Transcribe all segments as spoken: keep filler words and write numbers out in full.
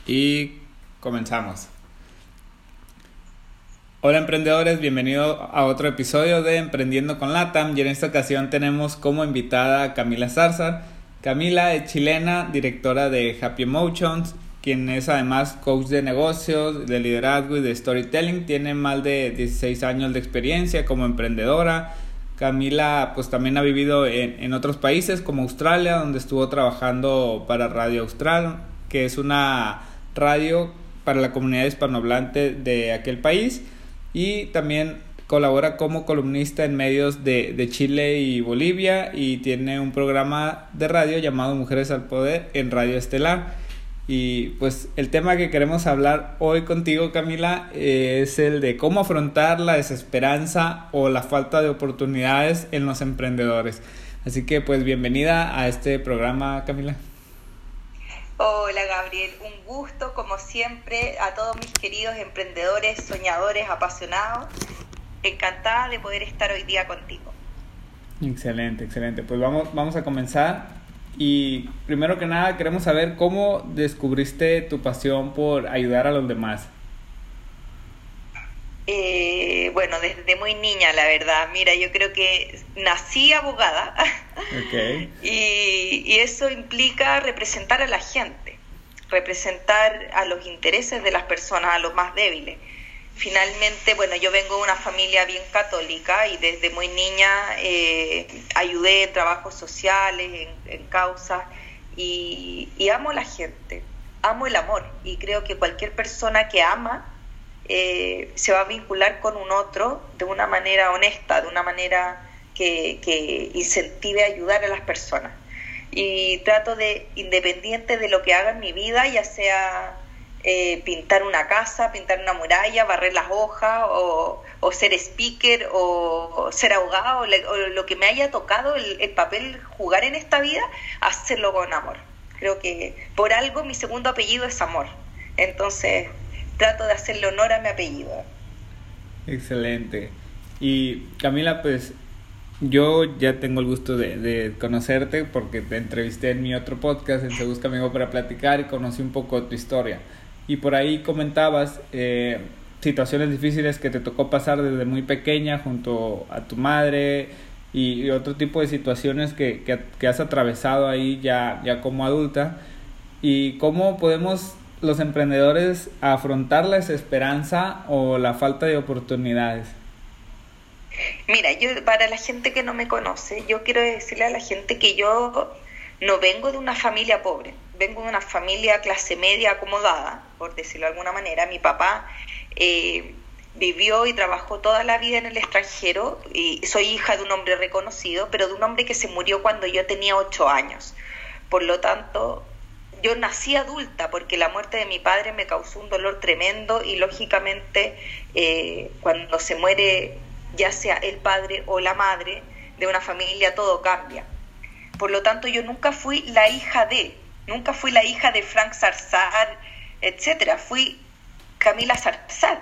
Y comenzamos. Hola emprendedores, bienvenidos a otro episodio de Emprendiendo con LATAM y en esta ocasión tenemos como invitada a Camila Zarzar. Camila es chilena, directora de Happy Emotions, quien es además coach de negocios, de liderazgo y de storytelling. Tiene más de dieciséis años de experiencia como emprendedora. Camila pues también ha vivido en, en otros países como Australia, donde estuvo trabajando para Radio Austral, que es una radio para la comunidad hispanohablante de aquel país, y también colabora como columnista en medios de, de Chile y Bolivia, y tiene un programa de radio llamado Mujeres al Poder en Radio Estelar. Y pues el tema que queremos hablar hoy contigo, Camila, eh, es el de cómo afrontar la desesperanza o la falta de oportunidades en los emprendedores. Así que pues bienvenida a este programa, Camila. Hola Gabriel, un gusto como siempre a todos mis queridos emprendedores, soñadores, apasionados. Encantada de poder estar hoy día contigo. Excelente, excelente. Pues vamos, vamos a comenzar. Y primero que nada queremos saber cómo descubriste tu pasión por ayudar a los demás. Eh, bueno, desde muy niña, la verdad. Mira, yo creo que nací abogada. Okay. y, y eso implica representar a la gente, representar a los intereses de las personas, a los más débiles. Finalmente, bueno, yo vengo de una familia bien católica y desde muy niña eh, ayudé en trabajos sociales, en, en causas, y, y amo a la gente, amo el amor, y creo que cualquier persona que ama eh, se va a vincular con un otro de una manera honesta, de una manera que, que incentive a ayudar a las personas. Y trato de, independiente de lo que haga en mi vida, ya sea Eh, pintar una casa, pintar una muralla, barrer las hojas, o, o ser speaker, o ser abogado, o, le, o lo que me haya tocado el, el papel jugar en esta vida, hacerlo con amor. Creo que por algo mi segundo apellido es Amor. Entonces trato de hacerle honor a mi apellido. Excelente. Y Camila, pues yo ya tengo el gusto de, de conocerte porque te entrevisté en mi otro podcast, en Se Busca Amigo para Platicar, y conocí un poco tu historia. Y por ahí comentabas eh, situaciones difíciles que te tocó pasar desde muy pequeña junto a tu madre y, y otro tipo de situaciones que, que, que has atravesado ahí ya, ya como adulta. Y cómo podemos los emprendedores afrontar la desesperanza o la falta de oportunidades. Mira, yo para la gente que no me conoce, yo quiero decirle a la gente que yo no vengo de una familia pobre, vengo de una familia clase media acomodada, por decirlo de alguna manera. Mi papá eh, vivió y trabajó toda la vida en el extranjero, y soy hija de un hombre reconocido, pero de un hombre que se murió cuando yo tenía ocho años. Por lo tanto, yo nací adulta porque la muerte de mi padre me causó un dolor tremendo, y lógicamente eh, cuando se muere ya sea el padre o la madre de una familia, todo cambia. Por lo tanto, yo nunca fui la hija de, nunca fui la hija de Frank Zarzar, etcétera. Fui Camila Zarzar.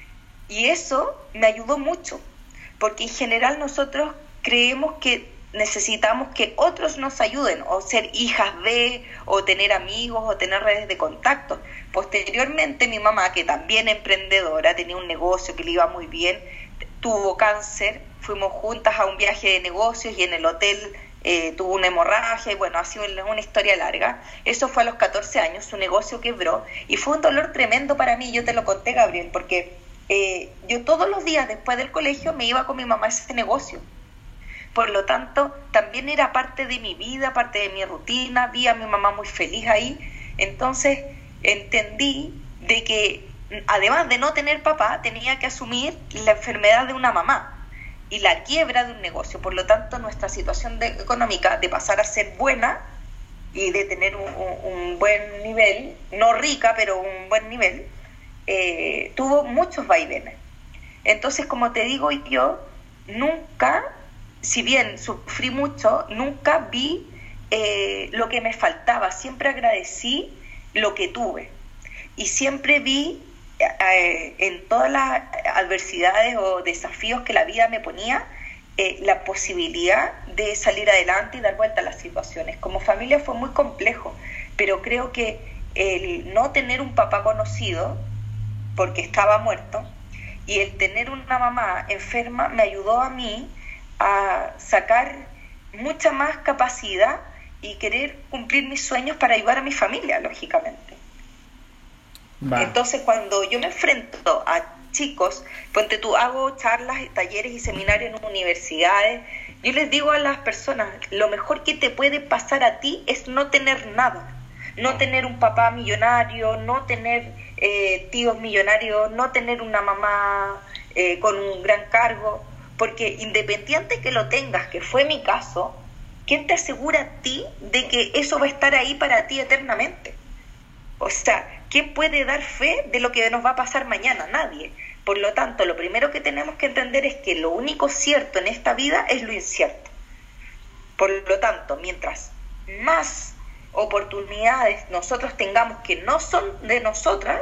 Y eso me ayudó mucho, porque en general nosotros creemos que necesitamos que otros nos ayuden, o ser hijas de, o tener amigos, o tener redes de contacto. Posteriormente, mi mamá, que también emprendedora, tenía un negocio que le iba muy bien, tuvo cáncer, fuimos juntas a un viaje de negocios y en el hotel eh, tuvo una hemorragia, y bueno, ha sido una historia larga. Eso fue a los catorce años, su negocio quebró y fue un dolor tremendo para mí. Yo te lo conté, Gabriel, porque eh, yo todos los días después del colegio me iba con mi mamá a ese negocio. Por lo tanto, también era parte de mi vida, parte de mi rutina. Vi a mi mamá muy feliz ahí. Entonces entendí de que además de no tener papá, tenía que asumir la enfermedad de una mamá y la quiebra de un negocio. Por lo tanto, nuestra situación de, económica, de pasar a ser buena y de tener un, un, un buen nivel, no rica, pero un buen nivel, eh, tuvo muchos vaivenes. Entonces, como te digo yo, nunca, si bien sufrí mucho, nunca vi eh, lo que me faltaba. Siempre agradecí lo que tuve y siempre vi eh, en todas las adversidades o desafíos que la vida me ponía, eh, la posibilidad de salir adelante y dar vuelta a las situaciones. Como familia fue muy complejo, pero creo que el no tener un papá conocido, porque estaba muerto, y el tener una mamá enferma me ayudó a mí a sacar mucha más capacidad y querer cumplir mis sueños para ayudar a mi familia, lógicamente. Va. Entonces, cuando yo me enfrento a chicos, ponte tú, hago charlas, talleres y seminarios en universidades, yo les digo a las personas, lo mejor que te puede pasar a ti es no tener nada, no tener un papá millonario, no tener eh, tíos millonarios, no tener una mamá eh, con un gran cargo, porque independiente que lo tengas, que fue mi caso, ¿quién te asegura a ti de que eso va a estar ahí para ti eternamente? O sea, ¿quién puede dar fe de lo que nos va a pasar mañana? Nadie. Por lo tanto, lo primero que tenemos que entender es que lo único cierto en esta vida es lo incierto. Por lo tanto, mientras más oportunidades nosotros tengamos que no son de nosotras,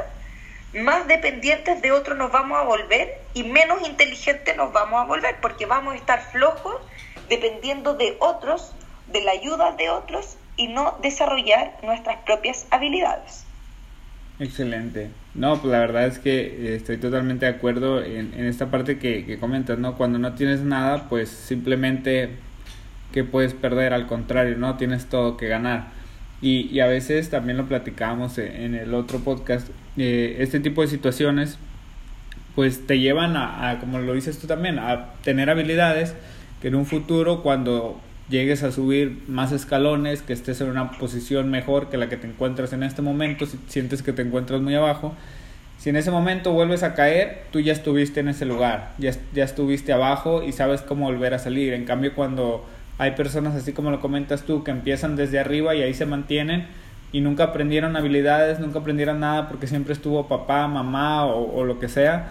más dependientes de otros nos vamos a volver y menos inteligentes nos vamos a volver, porque vamos a estar flojos dependiendo de otros, de la ayuda de otros, y no desarrollar nuestras propias habilidades. Excelente. No, pues la verdad es que estoy totalmente de acuerdo en, en esta parte que, que comentas, ¿no? Cuando no tienes nada, pues simplemente que puedes perder, al contrario, ¿no? Tienes todo que ganar. Y, y a veces también lo platicábamos en el otro podcast, eh, este tipo de situaciones pues te llevan a, a, como lo dices tú también, a tener habilidades que en un futuro, cuando llegues a subir más escalones, que estés en una posición mejor que la que te encuentras en este momento, si sientes que te encuentras muy abajo, si en ese momento vuelves a caer, tú ya estuviste en ese lugar, ya, ya estuviste abajo y sabes cómo volver a salir. En cambio, cuando hay personas, así como lo comentas tú, que empiezan desde arriba y ahí se mantienen y nunca aprendieron habilidades, nunca aprendieron nada porque siempre estuvo papá, mamá o, o lo que sea,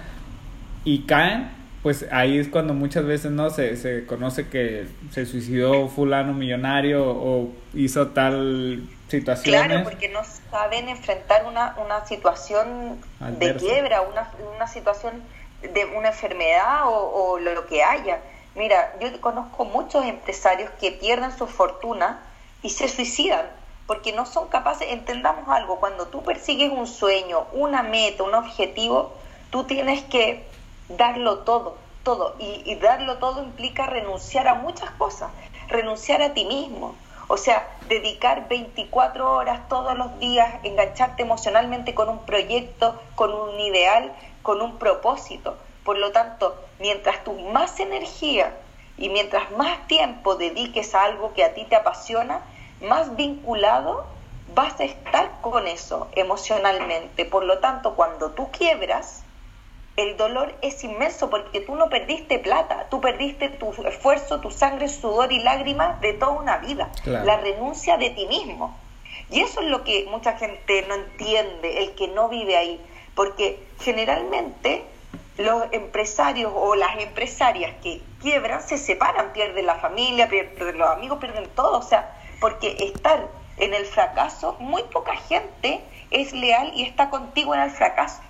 y caen, pues ahí es cuando muchas veces no se, se conoce que se suicidó fulano millonario o hizo tal situación. Claro, porque no saben enfrentar una, una situación adversa, de quiebra, una, una situación de una enfermedad o, o lo que haya. Mira, yo conozco muchos empresarios que pierden su fortuna y se suicidan porque no son capaces. Entendamos algo, cuando tú persigues un sueño, una meta, un objetivo, tú tienes que darlo todo, todo, y, y darlo todo implica renunciar a muchas cosas, renunciar a ti mismo, o sea, dedicar veinticuatro horas todos los días, engancharte emocionalmente con un proyecto, con un ideal, con un propósito. Por lo tanto, mientras tú más energía y mientras más tiempo dediques a algo que a ti te apasiona, más vinculado vas a estar con eso emocionalmente. Por lo tanto, cuando tú quiebras, el dolor es inmenso porque tú no perdiste plata, tú perdiste tu esfuerzo, tu sangre, sudor y lágrimas de toda una vida, claro. La renuncia de ti mismo. Y eso es lo que mucha gente no entiende, el que no vive ahí, porque generalmente los empresarios o las empresarias que quiebran se separan, pierden la familia, pierden los amigos, pierden todo, o sea, porque estar en el fracaso, muy poca gente es leal y está contigo en el fracaso.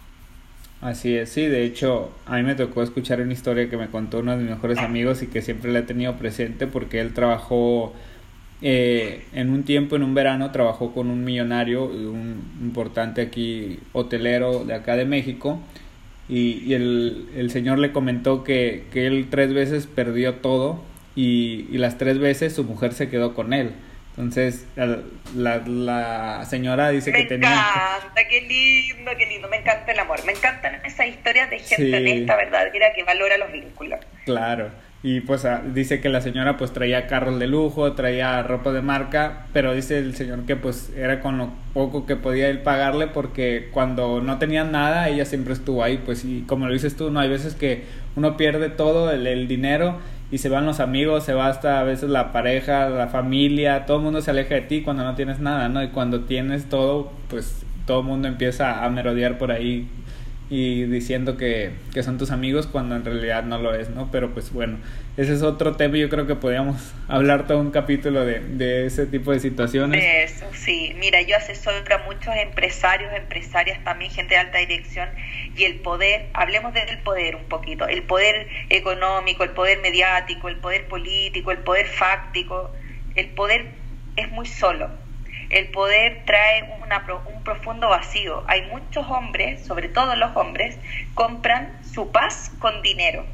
Así es, sí, de hecho, a mí me tocó escuchar una historia que me contó uno de mis mejores amigos y que siempre la he tenido presente porque él trabajó eh, en un tiempo, en un verano, trabajó con un millonario, un importante aquí hotelero de acá de México, y, y el, el señor le comentó que, que él tres veces perdió todo y, y las tres veces su mujer se quedó con él. Entonces la, la señora dice me que tenía... Me encanta, qué lindo, qué lindo, me encanta el amor, me encantan esas historias de gente sí. honesta, verdadera, que valora los vínculos. Claro, y pues dice que la señora pues traía carros de lujo, traía ropa de marca, pero dice el señor que pues era con lo poco que podía él pagarle porque cuando no tenía nada ella siempre estuvo ahí, pues, y como lo dices tú, no hay veces que uno pierde todo el, el dinero y se van los amigos, se va hasta a veces la pareja, la familia, todo el mundo se aleja de ti cuando no tienes nada, ¿no? Y cuando tienes todo, pues todo el mundo empieza a merodear por ahí y diciendo que, que son tus amigos cuando en realidad no lo es, ¿no? Pero pues bueno, ese es otro tema y yo creo que podríamos hablar todo un capítulo de, de ese tipo de situaciones. Eso, sí. Mira, yo asesoro a muchos empresarios, empresarias también, gente de alta dirección, y el poder, hablemos del poder un poquito, el poder económico, el poder mediático, el poder político, el poder fáctico, el poder es muy solo. el poder trae una, un profundo vacío. Hay muchos hombres, sobre todo los hombres, compran su paz con dinero.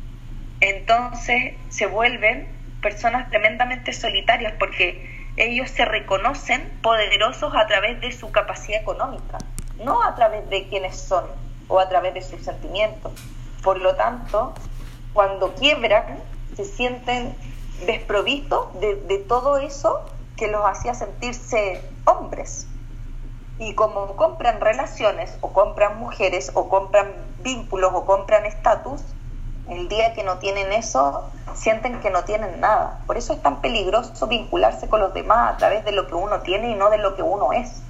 Entonces se vuelven personas tremendamente solitarias porque ellos se reconocen poderosos a través de su capacidad económica, no a través de quiénes son o a través de sus sentimientos. Por lo tanto, cuando quiebran, se sienten desprovistos de, de todo eso que los hacía sentirse hombres. Y como compran relaciones, o compran mujeres, o compran vínculos, o compran estatus, el día que no tienen eso, sienten que no tienen nada. Por eso es tan peligroso vincularse con los demás a través de lo que uno tiene y no de lo que uno es.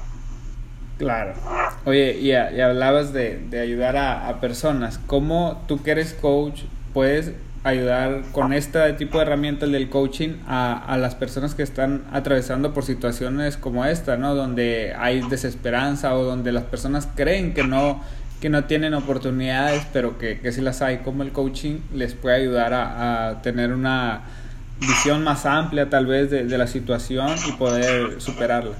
Claro. Oye, y, a, y hablabas de, de ayudar a, a personas. ¿Cómo tú que eres coach puedes ayudar con este tipo de herramientas del coaching a, a las personas que están atravesando por situaciones como esta, ¿no? Donde hay desesperanza o donde las personas creen que no, que no tienen oportunidades, pero que, que sí las hay. ¿Cómo el coaching les puede ayudar a, a tener una visión más amplia tal vez de, de la situación y poder superarla?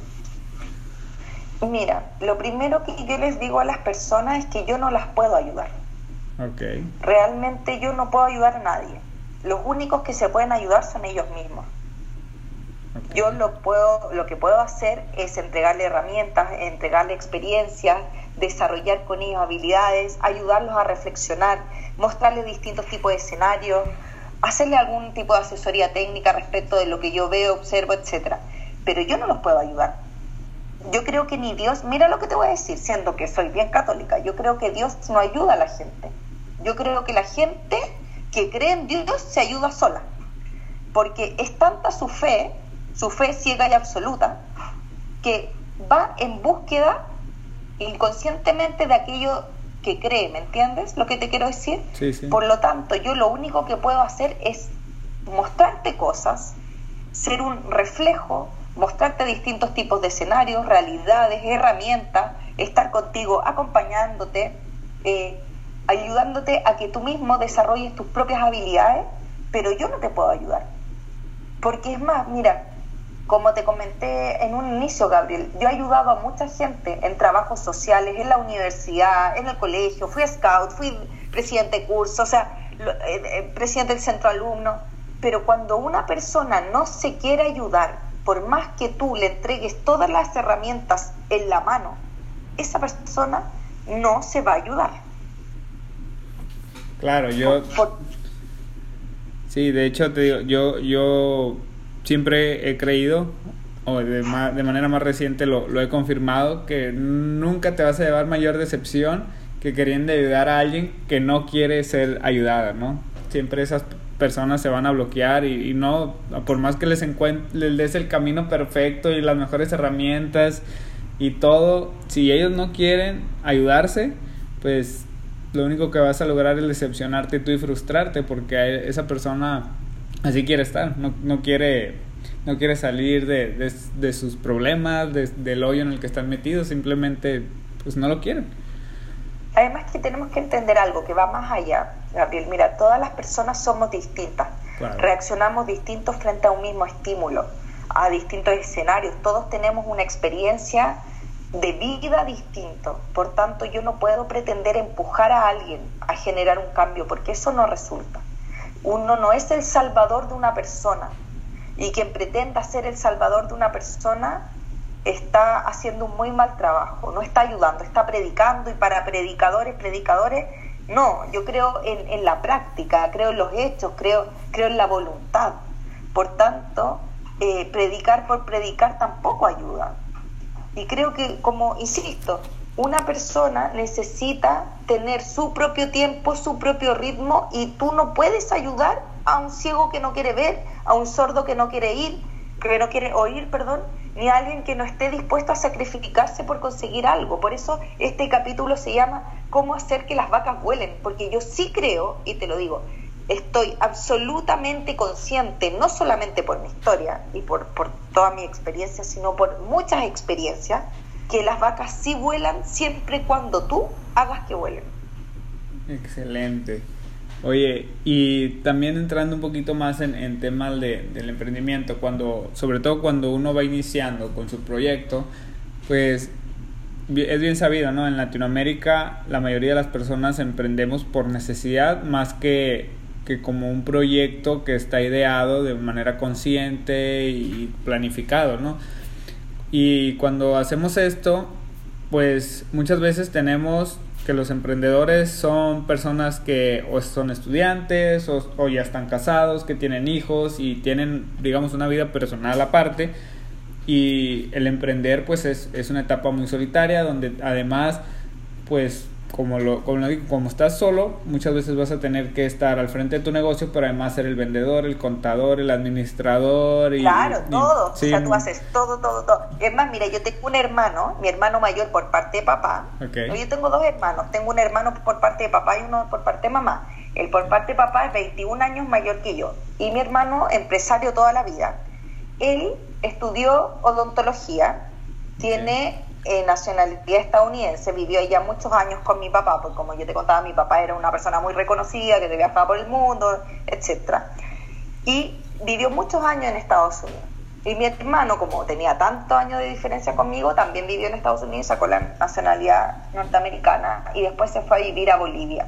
Mira, lo primero que yo les digo a las personas es que yo no las puedo ayudar. Okay. Realmente yo no puedo ayudar a nadie. Los únicos que se pueden ayudar son ellos mismos. Okay. Yo lo puedo, lo que puedo hacer es entregarle herramientas, entregarle experiencias, desarrollar con ellos habilidades, ayudarlos a reflexionar, mostrarles distintos tipos de escenarios, hacerle algún tipo de asesoría técnica respecto de lo que yo veo, observo, etcétera. Pero yo no los puedo ayudar. Yo creo que ni Dios, mira lo que te voy a decir, siendo que soy bien católica, yo creo que Dios no ayuda a la gente. Yo creo que la gente que cree en Dios se ayuda sola, porque es tanta su fe, su fe ciega y absoluta, que va en búsqueda inconscientemente de aquello que cree, ¿me entiendes lo que te quiero decir? Sí, sí. Por lo tanto, yo lo único que puedo hacer es mostrarte cosas, ser un reflejo, mostrarte distintos tipos de escenarios, realidades, herramientas, estar contigo, acompañándote, eh, ayudándote a que tú mismo desarrolles tus propias habilidades, pero yo no te puedo ayudar. Porque es más, mira, como te comenté en un inicio, Gabriel, yo he ayudado a mucha gente en trabajos sociales, en la universidad, en el colegio, fui scout, fui presidente de curso, o sea, lo, eh, eh, presidente del centro alumno, pero cuando una persona no se quiere ayudar, por más que tú le entregues todas las herramientas en la mano, esa persona no se va a ayudar. Claro, yo... Por, por... Sí, de hecho, te digo, yo, yo siempre he creído, o de, ma, de manera más reciente lo, lo he confirmado, que nunca te vas a llevar mayor decepción que queriendo ayudar a alguien que no quiere ser ayudada, ¿no? Siempre esas personas se van a bloquear y, y no, por más que les, encuent- les des el camino perfecto y las mejores herramientas y todo, si ellos no quieren ayudarse, pues lo único que vas a lograr es decepcionarte tú y frustrarte, porque esa persona así quiere estar, no, no quiere no quiere salir de, de, de sus problemas, de, del hoyo en el que están metidos, simplemente pues no lo quieren. Además que tenemos que entender algo que va más allá, Gabriel. Mira, todas las personas somos distintas, claro. Reaccionamos distintos frente a un mismo estímulo, a distintos escenarios, todos tenemos una experiencia de vida distinto, por tanto yo no puedo pretender empujar a alguien a generar un cambio, porque eso no resulta. Uno no es el salvador de una persona, y quien pretenda ser el salvador de una persona está haciendo un muy mal trabajo, no está ayudando, está predicando, y para predicadores, predicadores, no, yo creo en, en la práctica, creo en los hechos, creo, creo en la voluntad. Por tanto, eh, predicar por predicar tampoco ayuda. Y creo que, como insisto, una persona necesita tener su propio tiempo, su propio ritmo, y tú no puedes ayudar a un ciego que no quiere ver, a un sordo que no quiere ir, que no quiere oír, perdón, ni a alguien que no esté dispuesto a sacrificarse por conseguir algo. Por eso este capítulo se llama ¿Cómo hacer que las vacas vuelen? Porque yo sí creo, y te lo digo, estoy absolutamente consciente, no solamente por mi historia y por, por toda mi experiencia, sino por muchas experiencias, que las vacas sí vuelan siempre y cuando tú hagas que vuelen. Excelente. Oye, y también entrando un poquito más en, en temas de, del emprendimiento, cuando, sobre todo cuando uno va iniciando con su proyecto, pues es bien sabido, ¿no? En Latinoamérica la mayoría de las personas emprendemos por necesidad más que, que como un proyecto que está ideado de manera consciente y planificado, ¿no? Y cuando hacemos esto, pues muchas veces tenemos que los emprendedores son personas que o son estudiantes o, o ya están casados, que tienen hijos y tienen, digamos, una vida personal aparte, y el emprender pues es, es una etapa muy solitaria donde además pues como lo, como lo digo, como estás solo, muchas veces vas a tener que estar al frente de tu negocio, pero además ser el vendedor, el contador, el administrador y, claro, y, todo, sí. O sea, tú haces todo, todo, todo. Es más, mira, yo tengo un hermano, mi hermano mayor por parte de papá. Okay. Yo tengo dos hermanos, tengo un hermano por parte de papá y uno por parte de mamá. El por parte de papá es veintiún años mayor que yo y mi hermano empresario toda la vida. Él estudió odontología, tiene okay. eh, nacionalidad estadounidense, vivió allá muchos años con mi papá, porque como yo te contaba, mi papá era una persona muy reconocida, que viajaba por el mundo, etcétera. Y vivió muchos años en Estados Unidos. Y mi hermano, como tenía tantos años de diferencia conmigo, también vivió en Estados Unidos, sacó la nacionalidad norteamericana y después se fue a vivir a Bolivia.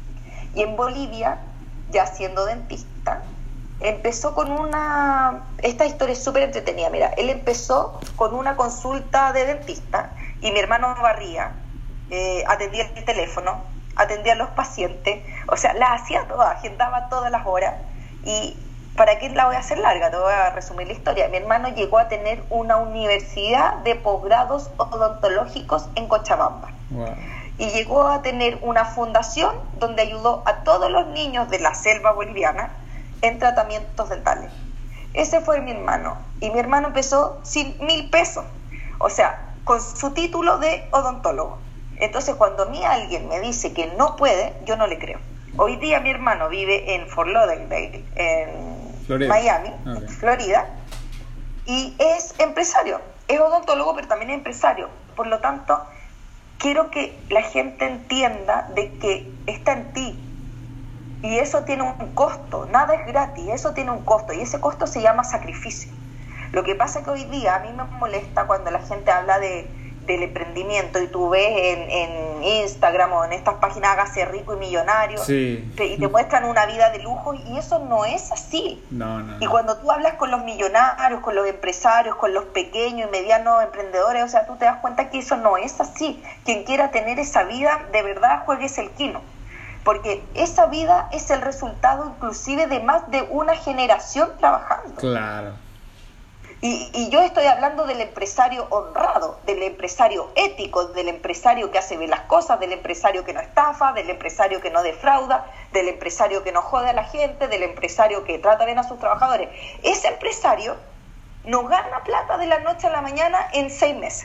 Y en Bolivia, ya siendo dentista, empezó con una... Esta historia es súper entretenida. Mira, él empezó con una consulta de dentista y mi hermano barría, eh, atendía el teléfono, atendía a los pacientes, o sea, las hacía todas, agendaba todas las horas. Y ¿para qué la voy a hacer larga? Te voy a resumir la historia. Mi hermano llegó a tener una universidad de posgrados odontológicos en Cochabamba. Wow. Y llegó a tener una fundación donde ayudó a todos los niños de la selva boliviana en tratamientos dentales. Ese fue mi hermano. Y mi hermano empezó sin mil pesos. O sea, con su título de odontólogo. Entonces, cuando a mí alguien me dice que no puede, yo no le creo. Hoy día mi hermano vive en Fort Lauderdale, en Florida. Miami, okay. Florida, y es empresario. Es odontólogo, pero también es empresario. Por lo tanto, quiero que la gente entienda de que está en ti. Y eso tiene un costo, nada es gratis, eso tiene un costo, y ese costo se llama sacrificio. Lo que pasa es que hoy día a mí me molesta cuando la gente habla de, del emprendimiento y tú ves en, en Instagram o en estas páginas hágase rico y millonario, sí. te, y te muestran una vida de lujo, y eso no es así. No, no, y no. Cuando tú hablas con los millonarios, con los empresarios, con los pequeños y medianos emprendedores, o sea, tú te das cuenta que eso no es así. Quien quiera tener esa vida, de verdad, juegues el quino. Porque esa vida es el resultado inclusive de más de una generación trabajando. Claro. Y, y yo estoy hablando del empresario honrado, del empresario ético, del empresario que hace bien las cosas, del empresario que no estafa, del empresario que no defrauda, del empresario que no jode a la gente, del empresario que trata bien a sus trabajadores. Ese empresario no gana plata de la noche a la mañana en seis meses.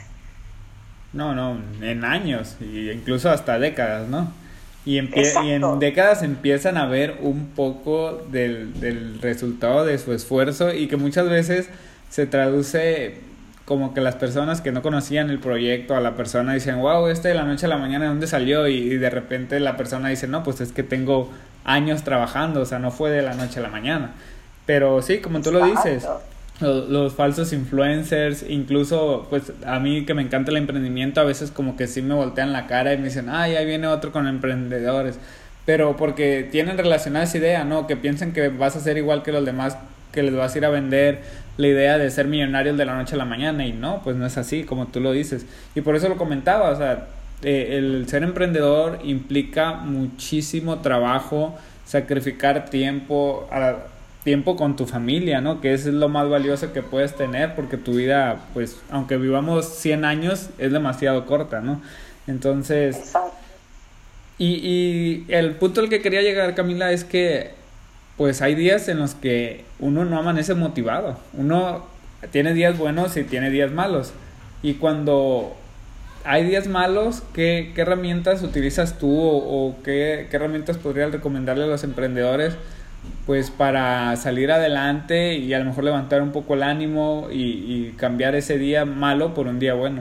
No, no, en años, e incluso hasta décadas, ¿no? Y, empie- y en décadas empiezan a ver un poco del, del resultado de su esfuerzo, y que muchas veces se traduce como que las personas que no conocían el proyecto a la persona dicen, wow, este de la noche a la mañana, ¿de dónde salió? Y, y de repente la persona dice, no, pues es que tengo años trabajando, o sea, no fue de la noche a la mañana. Pero sí, como tú lo dices, los, los falsos influencers, incluso pues a mí que me encanta el emprendimiento, a veces como que sí me voltean la cara y me dicen, ay, ahí viene otro con emprendedores, pero porque tienen relacionada esa idea, ¿no? Que piensan que vas a ser igual que los demás, que les vas a ir a vender la idea de ser millonarios de la noche a la mañana, y no, pues no es así como tú lo dices. Y por eso lo comentaba, o sea, eh, el ser emprendedor implica muchísimo trabajo, sacrificar tiempo, a, tiempo con tu familia, ¿no? Que eso es lo más valioso que puedes tener, porque tu vida, pues, aunque vivamos cien años, es demasiado corta, ¿no? Entonces, y, y el punto al que quería llegar, Camila, es que pues hay días en los que uno no amanece motivado. Uno tiene días buenos y tiene días malos. Y cuando hay días malos, ¿qué, qué herramientas utilizas tú o, o qué, qué herramientas podrías recomendarle a los emprendedores pues para salir adelante y a lo mejor levantar un poco el ánimo y, y cambiar ese día malo por un día bueno?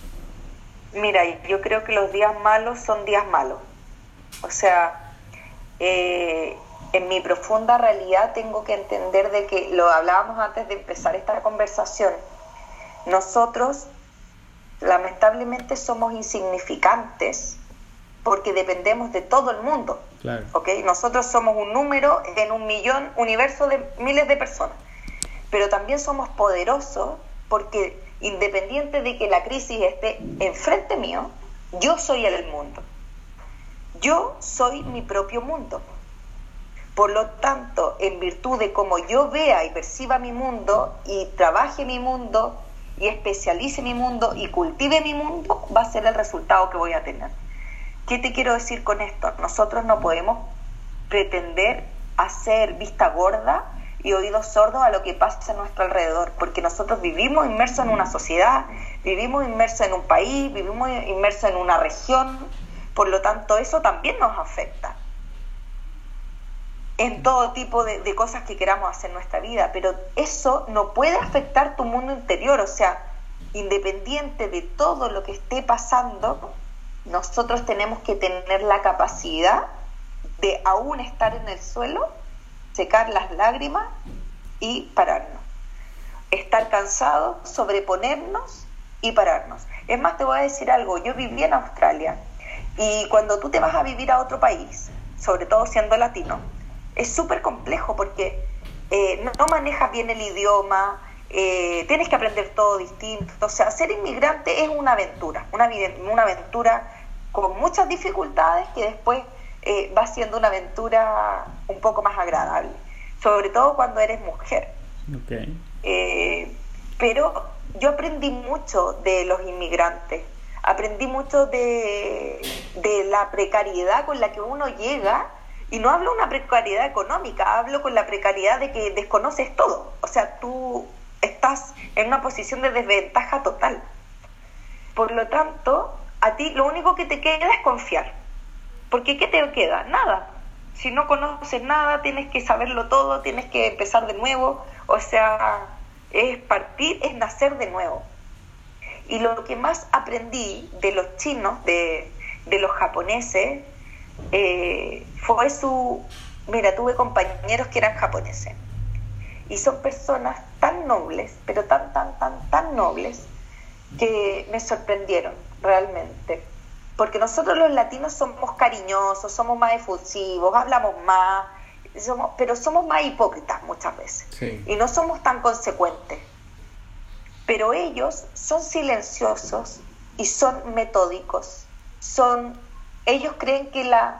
Mira, yo creo que los días malos son días malos. O sea, eh, en mi profunda realidad tengo que entender de que, lo hablábamos antes de empezar esta conversación, nosotros lamentablemente somos insignificantes porque dependemos de todo el mundo. Claro. ¿Okay? Nosotros somos un número en un millón, universo de miles de personas, pero también somos poderosos porque independiente de que la crisis esté enfrente mío, yo soy el mundo. Yo soy mi propio mundo. Por lo tanto, en virtud de cómo yo vea y perciba mi mundo y trabaje mi mundo y especialice mi mundo y cultive mi mundo, va a ser el resultado que voy a tener. ¿Qué te quiero decir con esto? Nosotros no podemos pretender hacer vista gorda y oídos sordos a lo que pasa a nuestro alrededor, porque nosotros vivimos inmersos en una sociedad, vivimos inmersos en un país, vivimos inmersos en una región, por lo tanto eso también nos afecta en todo tipo de, de cosas que queramos hacer en nuestra vida, pero eso no puede afectar tu mundo interior. O sea, independiente de todo lo que esté pasando, nosotros tenemos que tener la capacidad de aún estar en el suelo, secar las lágrimas y pararnos. Estar cansados, sobreponernos y pararnos. Es más, te voy a decir algo, yo viví en Australia y cuando tú te vas a vivir a otro país, sobre todo siendo latino, es súper complejo porque eh, no, no manejas bien el idioma, eh, tienes que aprender todo distinto. O sea, ser inmigrante es una aventura, una, una aventura con muchas dificultades que después eh, va siendo una aventura un poco más agradable, sobre todo cuando eres mujer. Okay. Eh, pero yo aprendí mucho de los inmigrantes, aprendí mucho de, de la precariedad con la que uno llega. Y no hablo de una precariedad económica, hablo con la precariedad de que desconoces todo. O sea, tú estás en una posición de desventaja total. Por lo tanto, a ti lo único que te queda es confiar. Porque ¿qué te queda? Nada. Si no conoces nada, tienes que saberlo todo, tienes que empezar de nuevo. O sea, es partir, es nacer de nuevo. Y lo que más aprendí de los chinos, de, de los japoneses, Eh, fue su... Mira, tuve compañeros que eran japoneses y son personas tan nobles, pero tan, tan, tan, tan nobles que me sorprendieron realmente, porque nosotros los latinos somos cariñosos, somos más efusivos, hablamos más, somos, pero somos más hipócritas muchas veces. Sí. Y no somos tan consecuentes, pero ellos son silenciosos y son metódicos, son... Ellos creen que la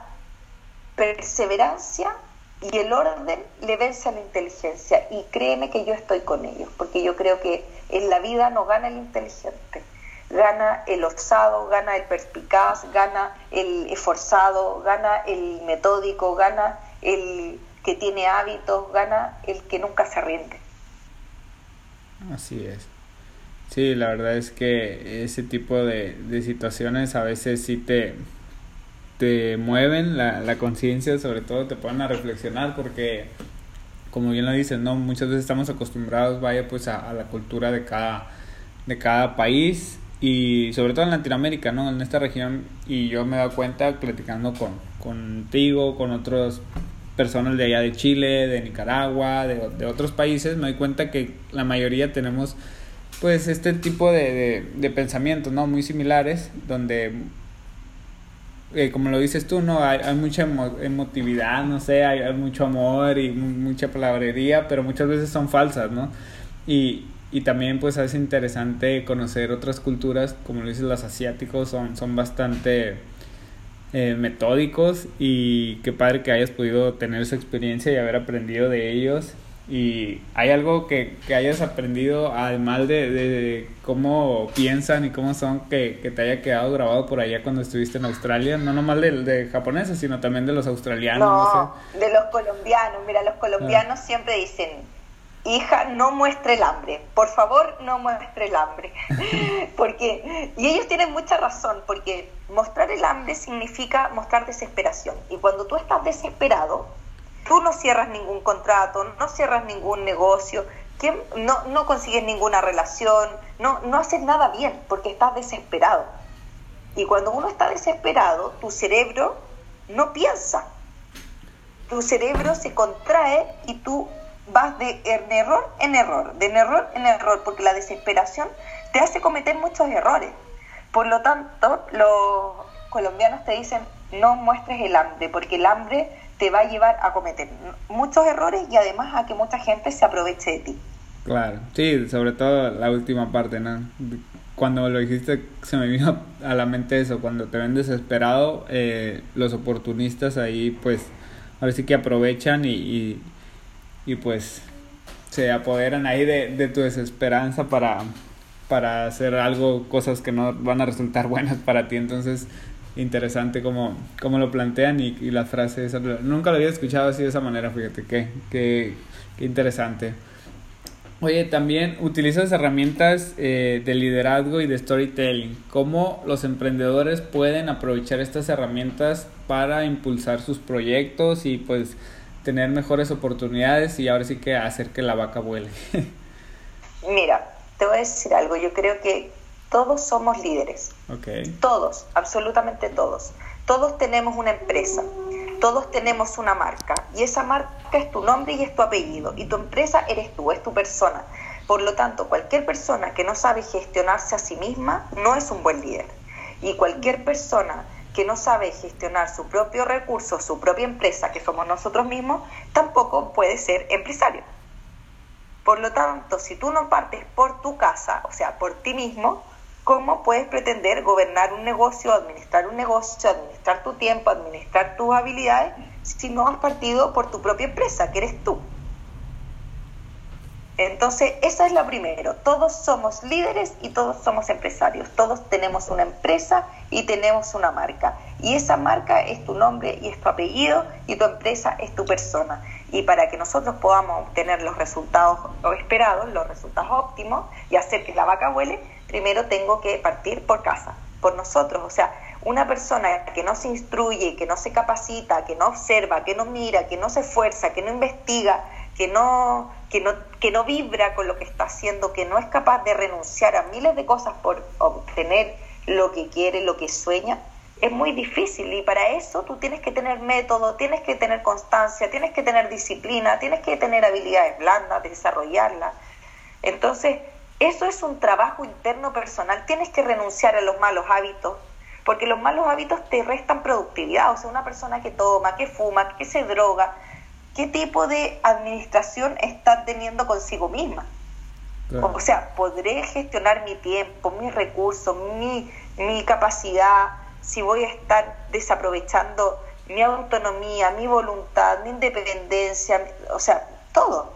perseverancia y el orden le vence a la inteligencia, y créeme que yo estoy con ellos, porque yo creo que en la vida no gana el inteligente, gana el osado, gana el perspicaz, gana el esforzado, gana el metódico, gana el que tiene hábitos, gana el que nunca se rinde. Así es. Sí, la verdad es que ese tipo de, de situaciones a veces sí te... te mueven la, la conciencia, sobre todo te ponen a reflexionar, porque como bien lo dices, no, muchas veces estamos acostumbrados, vaya, pues a, a la cultura de cada de cada país, y sobre todo en Latinoamérica, no, en esta región. Y yo me he dado cuenta platicando con contigo, con otras personas de allá de Chile, de Nicaragua, de, de otros países, me doy cuenta que la mayoría tenemos pues este tipo de, de, de pensamientos, no, muy similares, donde Eh, como lo dices tú, no, hay, hay mucha emo- emotividad, no sé, hay, hay mucho amor y m- mucha palabrería, pero muchas veces son falsas, ¿no? Y, y también pues es interesante conocer otras culturas, como lo dices, los asiáticos son, son bastante eh, metódicos, y qué padre que hayas podido tener esa experiencia y haber aprendido de ellos. ¿Y hay algo que, que hayas aprendido, además de, de cómo piensan y cómo son, que, que te haya quedado grabado por allá cuando estuviste en Australia? No nomás de, de japoneses, sino también de los australianos. No, no sé. de los colombianos. Mira, los colombianos ah. siempre dicen, hija, no muestre el hambre, por favor, no muestre el hambre. Porque, y ellos tienen mucha razón, porque mostrar el hambre significa mostrar desesperación. Y cuando tú estás desesperado, tú no cierras ningún contrato, no cierras ningún negocio, no, no consigues ninguna relación, no, no haces nada bien porque estás desesperado. Y cuando uno está desesperado, tu cerebro no piensa. tu cerebro se contrae y tú vas de error en error, de error en error, porque la desesperación te hace cometer muchos errores. Por lo tanto, los colombianos te dicen, no muestres el hambre, porque el hambre te va a llevar a cometer muchos errores y además a que mucha gente se aproveche de ti. Claro, sí, sobre todo la última parte, ¿no? Cuando lo dijiste se me vino a la mente eso, cuando te ven desesperado, eh, los oportunistas ahí pues ahora sí que aprovechan y, y, y pues se apoderan ahí de, de tu desesperanza para, para hacer algo, cosas que no van a resultar buenas para ti. Entonces, interesante como, como lo plantean y, y la frase esa, nunca lo había escuchado así de esa manera, fíjate, qué, qué, qué interesante. Oye, también utilizas herramientas eh, de liderazgo y de storytelling. ¿Cómo los emprendedores pueden aprovechar estas herramientas para impulsar sus proyectos y pues tener mejores oportunidades y ahora sí que hacer que la vaca vuele? Mira, te voy a decir algo. Yo creo que todos somos líderes. Okay. Todos, absolutamente todos. Todos tenemos una empresa. Todos tenemos una marca y esa marca es tu nombre y es tu apellido y tu empresa eres tú, es tu persona. Por lo tanto, cualquier persona que no sabe gestionarse a sí misma no es un buen líder, y cualquier persona que no sabe gestionar su propio recurso, su propia empresa, que somos nosotros mismos, tampoco puede ser empresario. Por lo tanto, si tú no partes por tu casa, o sea, por ti mismo, ¿cómo puedes pretender gobernar un negocio, administrar un negocio, administrar tu tiempo, administrar tus habilidades, si no has partido por tu propia empresa, que eres tú? Entonces, esa es la primera. Todos somos líderes y todos somos empresarios. Todos tenemos una empresa y tenemos una marca. Y esa marca es tu nombre y es tu apellido y tu empresa es tu persona. Y para que nosotros podamos obtener los resultados esperados, los resultados óptimos y hacer que la vaca vuele, primero tengo que partir por casa, por nosotros. O sea, una persona que no se instruye, que no se capacita, que no observa, que no mira, que no se esfuerza, que no investiga, que no, que no, que no vibra con lo que está haciendo, que no es capaz de renunciar a miles de cosas por obtener lo que quiere, lo que sueña, es muy difícil. Y para eso tú tienes que tener método, tienes que tener constancia, tienes que tener disciplina, tienes que tener habilidades blandas, desarrollarlas. Entonces, eso es un trabajo interno personal. Tienes que renunciar a los malos hábitos, porque los malos hábitos te restan productividad. O sea, una persona que toma, que fuma, que se droga, ¿qué tipo de administración está teniendo consigo misma? Claro. O sea, ¿podré gestionar mi tiempo, mis recursos, mi, mi capacidad, si voy a estar desaprovechando mi autonomía, mi voluntad, mi independencia? O sea, todo.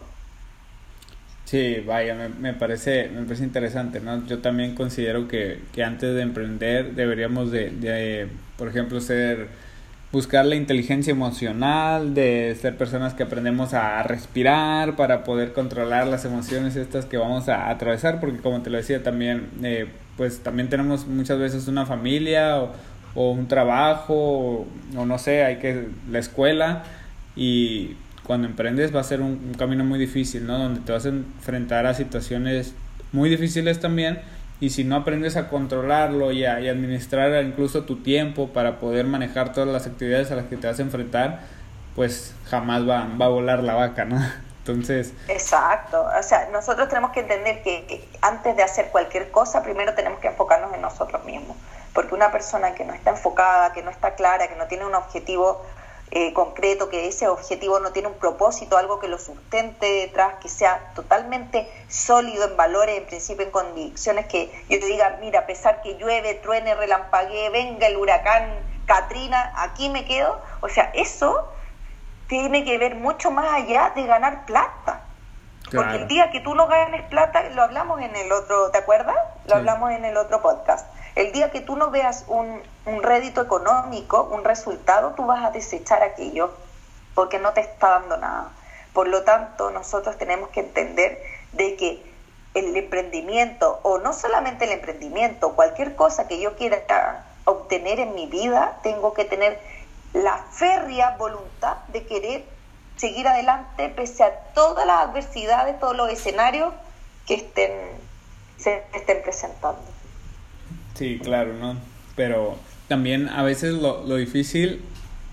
Sí, vaya, me, me parece me parece interesante, ¿no? Yo también considero que, que antes de emprender deberíamos de, de, por ejemplo, ser buscar la inteligencia emocional, de ser personas que aprendemos a respirar para poder controlar las emociones estas que vamos a atravesar, porque como te lo decía también, eh, pues también tenemos muchas veces una familia o, o un trabajo o, o no sé, hay que la escuela, y cuando emprendes va a ser un, un camino muy difícil, ¿no? Donde te vas a enfrentar a situaciones muy difíciles también, y si no aprendes a controlarlo y a y administrar incluso tu tiempo para poder manejar todas las actividades a las que te vas a enfrentar, pues jamás va, va a volar la vaca, ¿no? Entonces... Exacto. O sea, nosotros tenemos que entender que, que antes de hacer cualquier cosa, primero tenemos que enfocarnos en nosotros mismos. Porque una persona que no está enfocada, que no está clara, que no tiene un objetivo eh, concreto, que ese objetivo no tiene un propósito, algo que lo sustente detrás, que sea totalmente sólido en valores, en principio, en convicciones, que yo te diga, mira, a pesar que llueve, truene, relampaguee, venga el huracán Katrina, aquí me quedo. O sea, eso tiene que ver mucho más allá de ganar plata. Claro. Porque el día que tú no ganes plata, lo hablamos en el otro, ¿te acuerdas? Lo sí. hablamos en el otro podcast. El día que tú no veas un, un rédito económico, un resultado, tú vas a desechar aquello porque no te está dando nada. Por lo tanto, nosotros tenemos que entender de que el emprendimiento, o no solamente el emprendimiento, cualquier cosa que yo quiera obtener en mi vida, tengo que tener la férrea voluntad de querer seguir adelante pese a todas las adversidades, todos los escenarios que estén, se estén presentando. Sí, claro, ¿no? Pero también a veces lo, lo difícil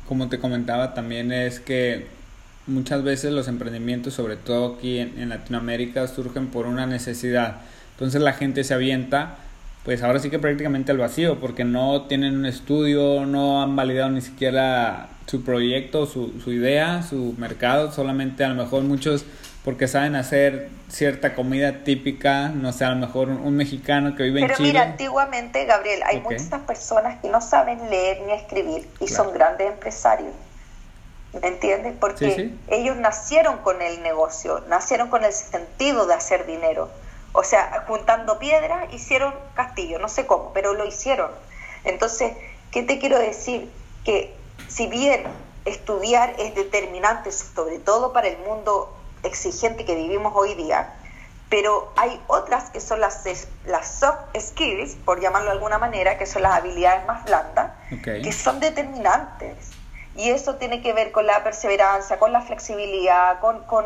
como te comentaba también, es que muchas veces los emprendimientos, sobre todo aquí en, en Latinoamérica, surgen por una necesidad. Entonces la gente se avienta, pues ahora sí que prácticamente al vacío, porque no tienen un estudio, no han validado ni siquiera su proyecto, su, su idea, su mercado. Solamente a lo mejor muchos porque saben hacer cierta comida típica, no sé, a lo mejor un, un mexicano que vive Pero en Chile. Pero mira, antiguamente, Gabriel, hay okay. muchas personas que no saben leer ni escribir y claro. son grandes empresarios. ¿Me entiendes? Porque sí, sí. ellos nacieron con el negocio, nacieron con el sentido de hacer dinero. O sea, juntando piedras hicieron castillo, no sé cómo, pero lo hicieron. Entonces, ¿qué te quiero decir? Que si bien estudiar es determinante, sobre todo para el mundo exigente que vivimos hoy día, pero hay otras que son las, las soft skills, por llamarlo de alguna manera, que son las habilidades más blandas, okay. que son determinantes. Y eso tiene que ver con la perseverancia, con la flexibilidad, con, con,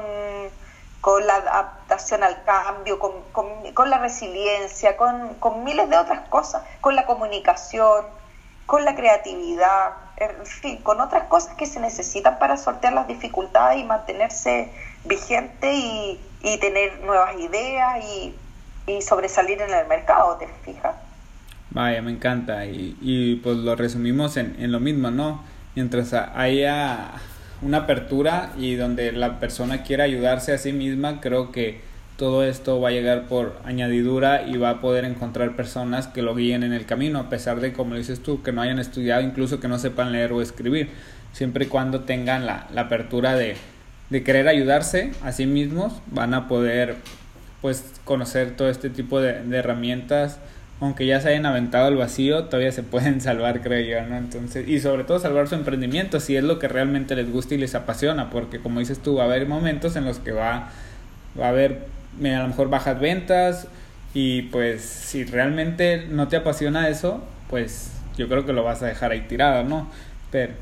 con la adaptación al cambio, con, con, con la resiliencia, con, con miles de otras cosas, con la comunicación, con la creatividad, en fin, con otras cosas que se necesitan para sortear las dificultades y mantenerse vigente y, y tener nuevas ideas y, y sobresalir en el mercado, ¿te fijas? Vaya, me encanta. Y, y pues lo resumimos en, en lo mismo, ¿no? Mientras haya una apertura y donde la persona quiera ayudarse a sí misma, creo que todo esto va a llegar por añadidura y va a poder encontrar personas que lo guíen en el camino, a pesar de, como dices tú, que no hayan estudiado, incluso que no sepan leer o escribir, siempre y cuando tengan la, la apertura de, de querer ayudarse a sí mismos, van a poder pues conocer todo este tipo de, de herramientas. Aunque ya se hayan aventado al vacío, todavía se pueden salvar, creo yo, ¿no? Entonces, y sobre todo salvar su emprendimiento, si es lo que realmente les gusta y les apasiona, porque como dices tú, va a haber momentos en los que va, va a haber a lo mejor bajas ventas, y pues si realmente no te apasiona eso, pues yo creo que lo vas a dejar ahí tirado, ¿no? Pero,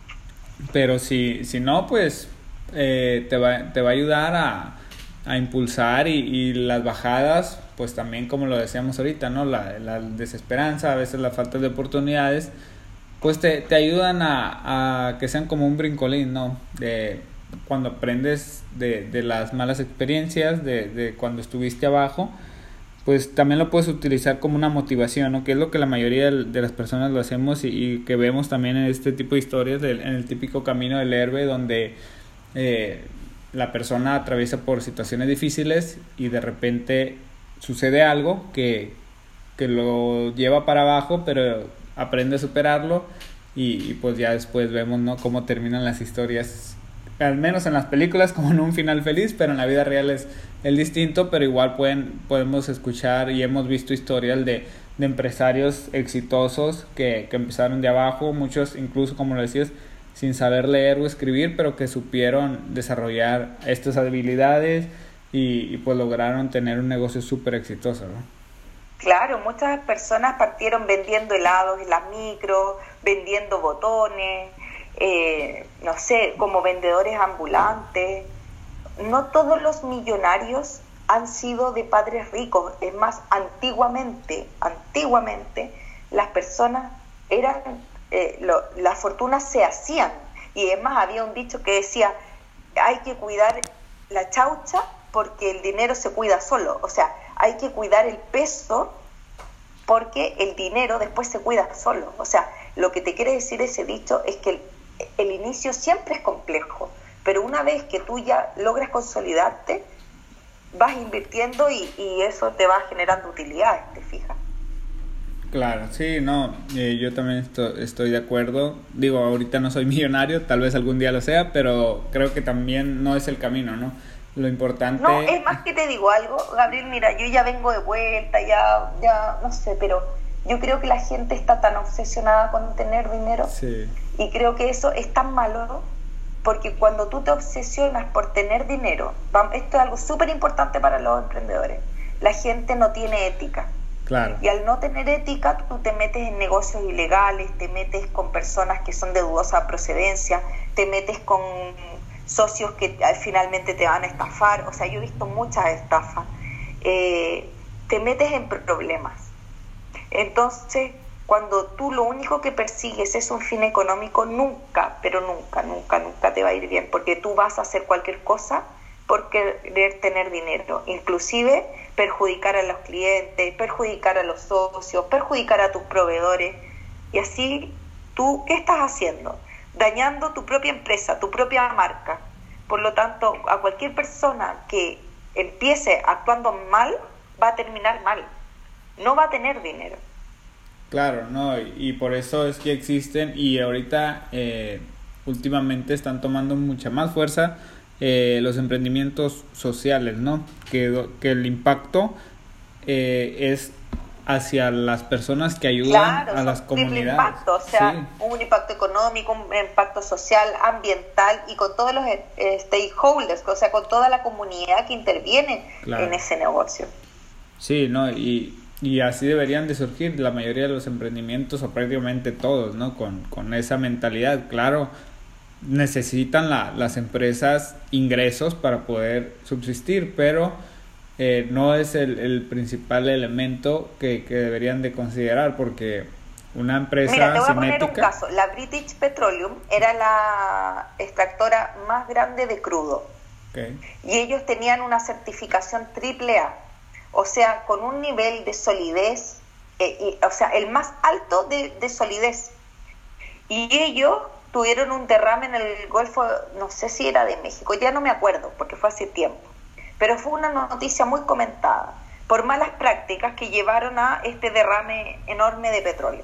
pero si, si no, pues eh, te va, te va a ayudar a, a impulsar, y, y las bajadas, pues también, como lo decíamos ahorita, ¿no? La, la desesperanza, a veces la falta de oportunidades, pues te, te ayudan a, a que sean como un brincolín, ¿no? De cuando aprendes de, de las malas experiencias, de, de cuando estuviste abajo, pues también lo puedes utilizar como una motivación, ¿no? Que es lo que la mayoría de las personas lo hacemos, y, y que vemos también en este tipo de historias, de, en el típico camino del héroe, donde eh, la persona atraviesa por situaciones difíciles y de repente sucede algo que, que lo lleva para abajo, pero aprende a superarlo, y, y pues ya después vemos, ¿no?, cómo terminan las historias, al menos en las películas, como en un final feliz, pero en la vida real es el distinto. Pero igual pueden podemos escuchar y hemos visto historias de, de empresarios exitosos que, que empezaron de abajo, muchos incluso, como lo decías, sin saber leer o escribir, pero que supieron desarrollar estas habilidades y, y pues lograron tener un negocio súper exitoso, ¿no? Claro, muchas personas partieron vendiendo helados en las micros, vendiendo botones, eh, no sé, como vendedores ambulantes. No todos los millonarios han sido de padres ricos. Es más, antiguamente, antiguamente las personas eran, eh, lo, las fortunas se hacían. Y es más, había un dicho que decía, hay que cuidar la chaucha porque el dinero se cuida solo. O sea, hay que cuidar el peso porque el dinero después se cuida solo. O sea, lo que te quiere decir ese dicho es que el, el inicio siempre es complejo, pero una vez que tú ya logras consolidarte, vas invirtiendo y, y eso te va generando utilidades, ¿te fijas? Claro, sí, no, eh, yo también estoy, estoy de acuerdo. Digo, ahorita no soy millonario, tal vez algún día lo sea, pero creo que también no es el camino, ¿no? Lo importante... No, es más que te digo algo, Gabriel, mira, yo ya vengo de vuelta, ya, ya, no sé, pero yo creo que la gente está tan obsesionada con tener dinero, sí. Y creo que eso es tan malo, ¿no? Porque cuando tú te obsesionas por tener dinero, esto es algo súper importante para los emprendedores, la gente no tiene ética. Claro. Y al no tener ética, tú te metes en negocios ilegales, te metes con personas que son de dudosa procedencia, te metes con socios que finalmente te van a estafar. O sea, yo he visto muchas estafas. Eh, te metes en problemas. Entonces, cuando tú lo único que persigues es un fin económico, nunca, pero nunca, nunca, nunca te va a ir bien, porque tú vas a hacer cualquier cosa por querer tener dinero, inclusive perjudicar a los clientes, perjudicar a los socios, perjudicar a tus proveedores, y así tú, ¿qué estás haciendo? Dañando tu propia empresa, tu propia marca. Por lo tanto, a cualquier persona que empiece actuando mal, va a terminar mal, no va a tener dinero. Claro, no, y por eso es que existen, y ahorita eh, últimamente están tomando mucha más fuerza eh, los emprendimientos sociales, ¿no? Que, que el impacto eh, es hacia las personas que ayudan claro, a las comunidades. Impacto, o sea, sí. Un impacto económico, un impacto social, ambiental y con todos los eh, stakeholders, o sea, con toda la comunidad que interviene claro. en ese negocio. Sí, no, y, y así deberían de surgir la mayoría de los emprendimientos, o prácticamente todos, ¿no? Con, con esa mentalidad. Claro, necesitan la, las empresas ingresos para poder subsistir, pero eh, no es el, el principal elemento que, que deberían de considerar, porque una empresa Mira, te voy sin a poner ética... un caso. La British Petroleum era la extractora más grande de crudo. Okay. Y ellos tenían una certificación triple A, o sea, con un nivel de solidez, eh, y, o sea, el más alto de, de solidez. Y ellos tuvieron un derrame en el Golfo, no sé si era de México, ya no me acuerdo, porque fue hace tiempo. Pero fue una noticia muy comentada, por malas prácticas que llevaron a este derrame enorme de petróleo.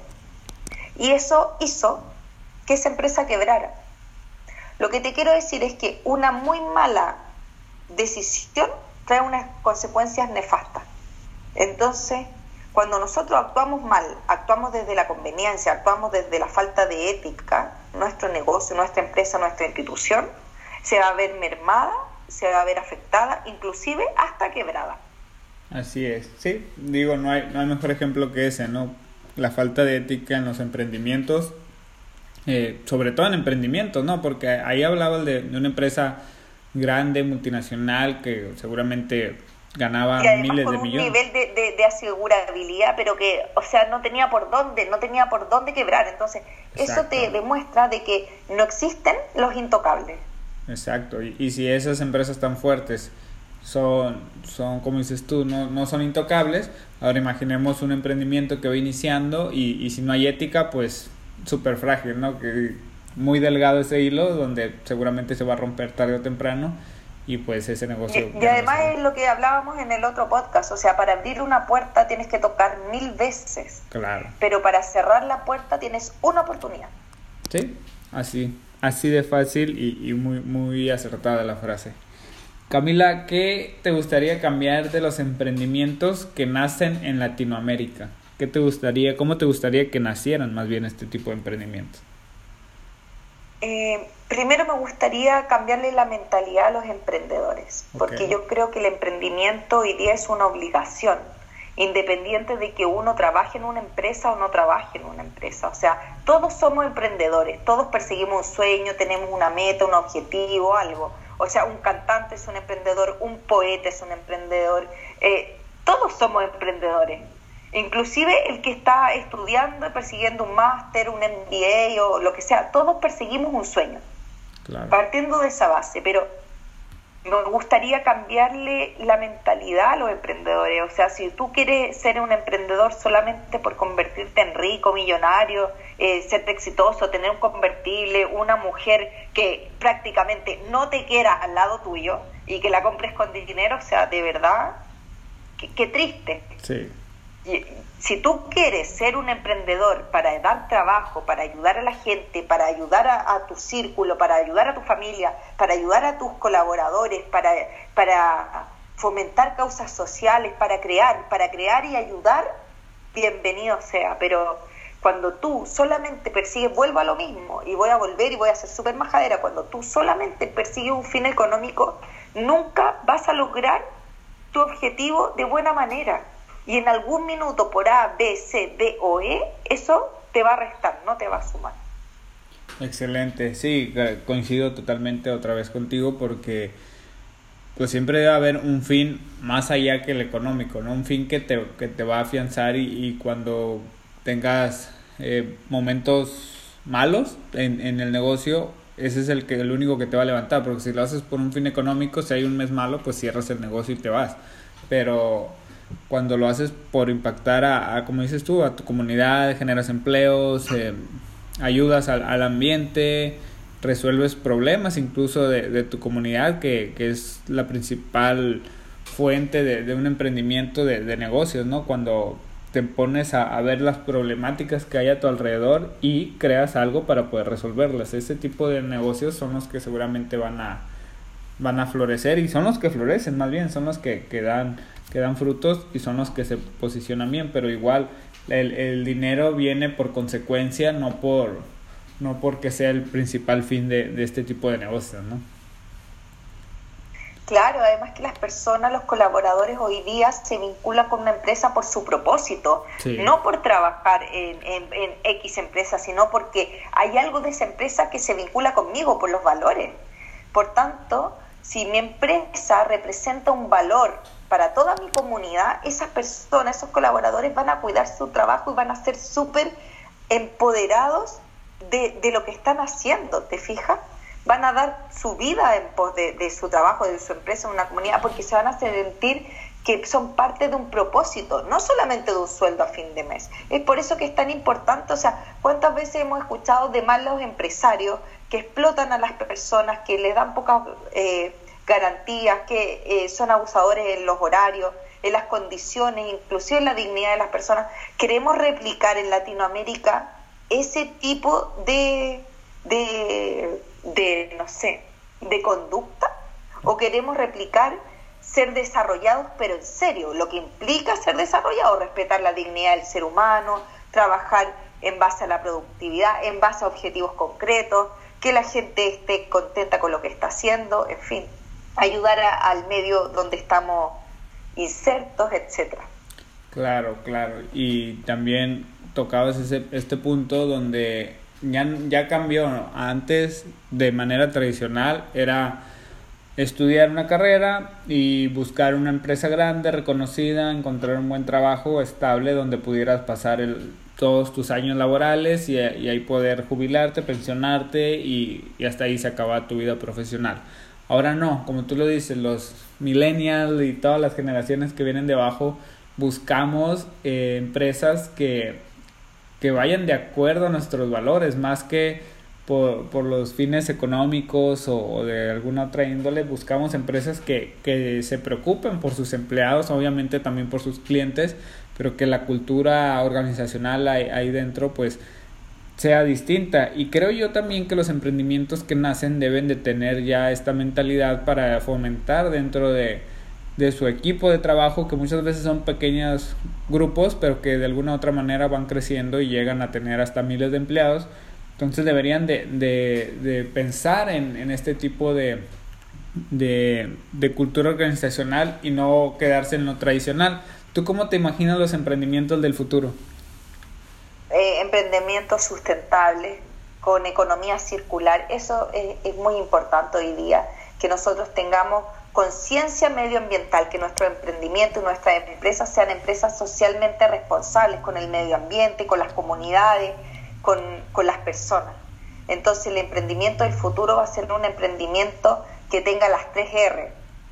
Y eso hizo que esa empresa quebrara. Lo que te quiero decir es que una muy mala decisión trae unas consecuencias nefastas. Entonces, cuando nosotros actuamos mal, actuamos desde la conveniencia, actuamos desde la falta de ética, nuestro negocio, nuestra empresa, nuestra institución se va a ver mermada, se va a ver afectada, inclusive hasta quebrada. Así es, sí, digo, no hay, no hay mejor ejemplo que ese, ¿no? La falta de ética en los emprendimientos, eh, sobre todo en emprendimientos, ¿no? Porque ahí hablaba de, de una empresa grande, multinacional, que seguramente ganaba miles de millones. Y además con un nivel de, de, de asegurabilidad, pero que, o sea, no tenía por dónde, no tenía por dónde quebrar. Entonces, exacto. Eso te demuestra de que no existen los intocables. Exacto, y, y si esas empresas tan fuertes son, son como dices tú, no, no son intocables, ahora imaginemos un emprendimiento que va iniciando y, y si no hay ética, pues súper frágil, ¿no? Que muy delgado ese hilo, donde seguramente se va a romper tarde o temprano, y pues ese negocio... Y, y además es lo que hablábamos en el otro podcast, o sea, para abrir una puerta tienes que tocar mil veces. Claro. Pero para cerrar la puerta tienes una oportunidad. Sí, así, así de fácil y, y muy, muy acertada la frase. Camila, ¿qué te gustaría cambiar de los emprendimientos que nacen en Latinoamérica? ¿Qué te gustaría, cómo te gustaría que nacieran más bien este tipo de emprendimientos? Eh, primero me gustaría cambiarle la mentalidad a los emprendedores, okay. Porque yo creo que el emprendimiento hoy día es una obligación, independiente de que uno trabaje en una empresa o no trabaje en una empresa. O sea, todos somos emprendedores, todos perseguimos un sueño, tenemos una meta, un objetivo, algo. O sea, un cantante es un emprendedor, un poeta es un emprendedor, eh, todos somos emprendedores. Inclusive el que está estudiando y persiguiendo un máster, un M B A o lo que sea, todos perseguimos un sueño, claro. Partiendo de esa base, pero me gustaría cambiarle la mentalidad a los emprendedores. O sea, si tú quieres ser un emprendedor solamente por convertirte en rico, millonario, eh, ser exitoso, tener un convertible, una mujer que prácticamente no te quiera al lado tuyo y que la compres con dinero, o sea, de verdad, qué, qué triste. Sí. Si tú quieres ser un emprendedor para dar trabajo, para ayudar a la gente, para ayudar a, a tu círculo, para ayudar a tu familia, para ayudar a tus colaboradores, para, para fomentar causas sociales, para crear, para crear y ayudar, bienvenido sea. Pero cuando tú solamente persigues, vuelvo a lo mismo y voy a volver y voy a ser súper majadera, cuando tú solamente persigues un fin económico, nunca vas a lograr tu objetivo de buena manera. Y en algún minuto por A, B, C, D o E, eso te va a restar, no te va a sumar. Excelente, sí, coincido totalmente otra vez contigo porque pues siempre debe haber un fin más allá que el económico, ¿no? Un fin que te, que te va a afianzar y, y cuando tengas eh, momentos malos en, en el negocio, ese es el que el único que te va a levantar, porque si lo haces por un fin económico, si hay un mes malo, pues cierras el negocio y te vas. Pero cuando lo haces por impactar a, a como dices tú, a tu comunidad, generas empleos, eh, ayudas al, al ambiente, resuelves problemas incluso de, de tu comunidad, que, que es la principal fuente de, de un emprendimiento de, de negocios, ¿no? Cuando te pones a, a ver las problemáticas que hay a tu alrededor y creas algo para poder resolverlas. Ese tipo de negocios son los que seguramente van a van a florecer, y son los que florecen más bien, son los que, que dan que dan frutos y son los que se posicionan bien. Pero igual el, el dinero viene por consecuencia, no por no porque sea el principal fin de, de este tipo de negocios, ¿no? Claro, además que las personas, los colaboradores hoy día se vinculan con una empresa por su propósito, sí. No por trabajar en, en, en X empresa, sino porque hay algo de esa empresa que se vincula conmigo por los valores. Por tanto, si mi empresa representa un valor para toda mi comunidad, esas personas, esos colaboradores van a cuidar su trabajo y van a ser súper empoderados de, de lo que están haciendo, ¿te fijas? Van a dar su vida en pos de, de su trabajo, de su empresa, en una comunidad, porque se van a sentir que son parte de un propósito, no solamente de un sueldo a fin de mes. Es por eso que es tan importante. O sea, ¿cuántas veces hemos escuchado de malos empresarios que explotan a las personas, que les dan pocas eh, garantías, que eh, son abusadores en los horarios, en las condiciones, inclusive en la dignidad de las personas? Queremos replicar en Latinoamérica ese tipo de... de de, no sé, de conducta, o queremos replicar ser desarrollados, pero en serio, lo que implica ser desarrollado, respetar la dignidad del ser humano, trabajar en base a la productividad, en base a objetivos concretos, que la gente esté contenta con lo que está haciendo, en fin, ayudar a, al medio donde estamos insertos, etcétera. Claro, claro, y también tocabas ese, este punto donde Ya, ya cambió, ¿no? Antes, de manera tradicional, era estudiar una carrera y buscar una empresa grande, reconocida, encontrar un buen trabajo estable donde pudieras pasar el, todos tus años laborales y, y ahí poder jubilarte, pensionarte y, y hasta ahí se acaba tu vida profesional. Ahora no, como tú lo dices, los millennials y todas las generaciones que vienen de abajo, buscamos eh, empresas que... que vayan de acuerdo a nuestros valores, más que por, por los fines económicos o, o de alguna otra índole. Buscamos empresas que, que se preocupen por sus empleados, obviamente también por sus clientes, pero que la cultura organizacional ahí, ahí dentro pues sea distinta. Y creo yo también que los emprendimientos que nacen deben de tener ya esta mentalidad para fomentar dentro de de su equipo de trabajo, que muchas veces son pequeños grupos, pero que de alguna u otra manera van creciendo y llegan a tener hasta miles de empleados. Entonces deberían de, de, de pensar en, en este tipo de, de, de cultura organizacional y no quedarse en lo tradicional. ¿Tú cómo te imaginas los emprendimientos del futuro? Eh, emprendimientos sustentables, con economía circular. Eso es, es muy importante hoy día, que nosotros tengamos conciencia medioambiental, que nuestro emprendimiento y nuestras empresas sean empresas socialmente responsables con el medio ambiente, con las comunidades, con, con las personas. Entonces el emprendimiento del futuro va a ser un emprendimiento que tenga las tres R: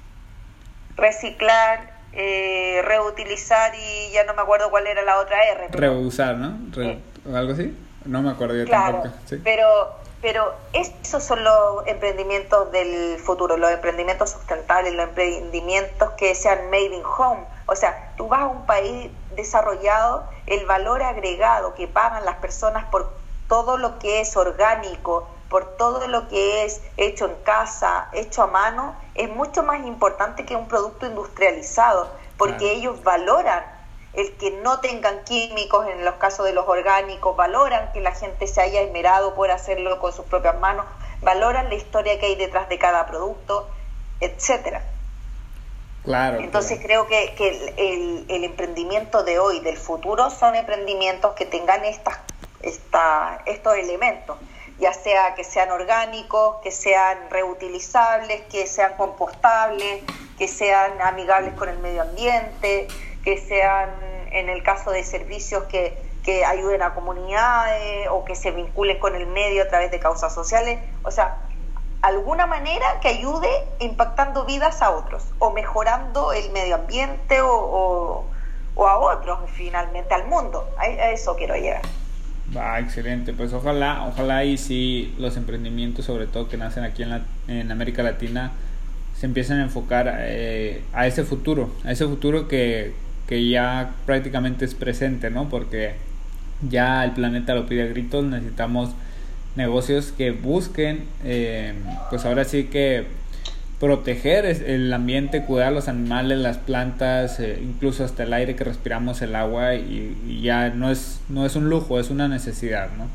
reciclar, eh, reutilizar y ya no me acuerdo cuál era la otra R. Pero, reusar, ¿no? Re, eh, ¿Algo así? No me acuerdo yo claro, tampoco. ¿Sí? pero... Pero esos son los emprendimientos del futuro, los emprendimientos sustentables, los emprendimientos que sean made in home. O sea, tú vas a un país desarrollado, el valor agregado que pagan las personas por todo lo que es orgánico, por todo lo que es hecho en casa, hecho a mano, es mucho más importante que un producto industrializado, porque claro, ellos valoran el que no tengan químicos en los casos de los orgánicos, valoran que la gente se haya esmerado por hacerlo con sus propias manos, valoran la historia que hay detrás de cada producto, etcétera. Claro. Entonces claro. creo que, que el, el, el emprendimiento de hoy, del futuro, son emprendimientos que tengan estas, esta, estos elementos, ya sea que sean orgánicos, que sean reutilizables, que sean compostables, que sean amigables con el medio ambiente, que sean, en el caso de servicios, que, que ayuden a comunidades o que se vinculen con el medio a través de causas sociales, o sea, alguna manera que ayude impactando vidas a otros o mejorando el medio ambiente o, o, o a otros, finalmente al mundo. A, a eso quiero llegar. Va, excelente, pues ojalá, ojalá y sí los emprendimientos, sobre todo que nacen aquí en, la, en América Latina, se empiecen a enfocar eh, a ese futuro, a ese futuro que, que ya prácticamente es presente, ¿no? Porque ya el planeta lo pide a gritos, necesitamos negocios que busquen, eh, pues ahora sí que proteger el ambiente, cuidar los animales, las plantas, eh, incluso hasta el aire que respiramos, el agua, y, y ya no es, no es un lujo, es una necesidad, ¿no?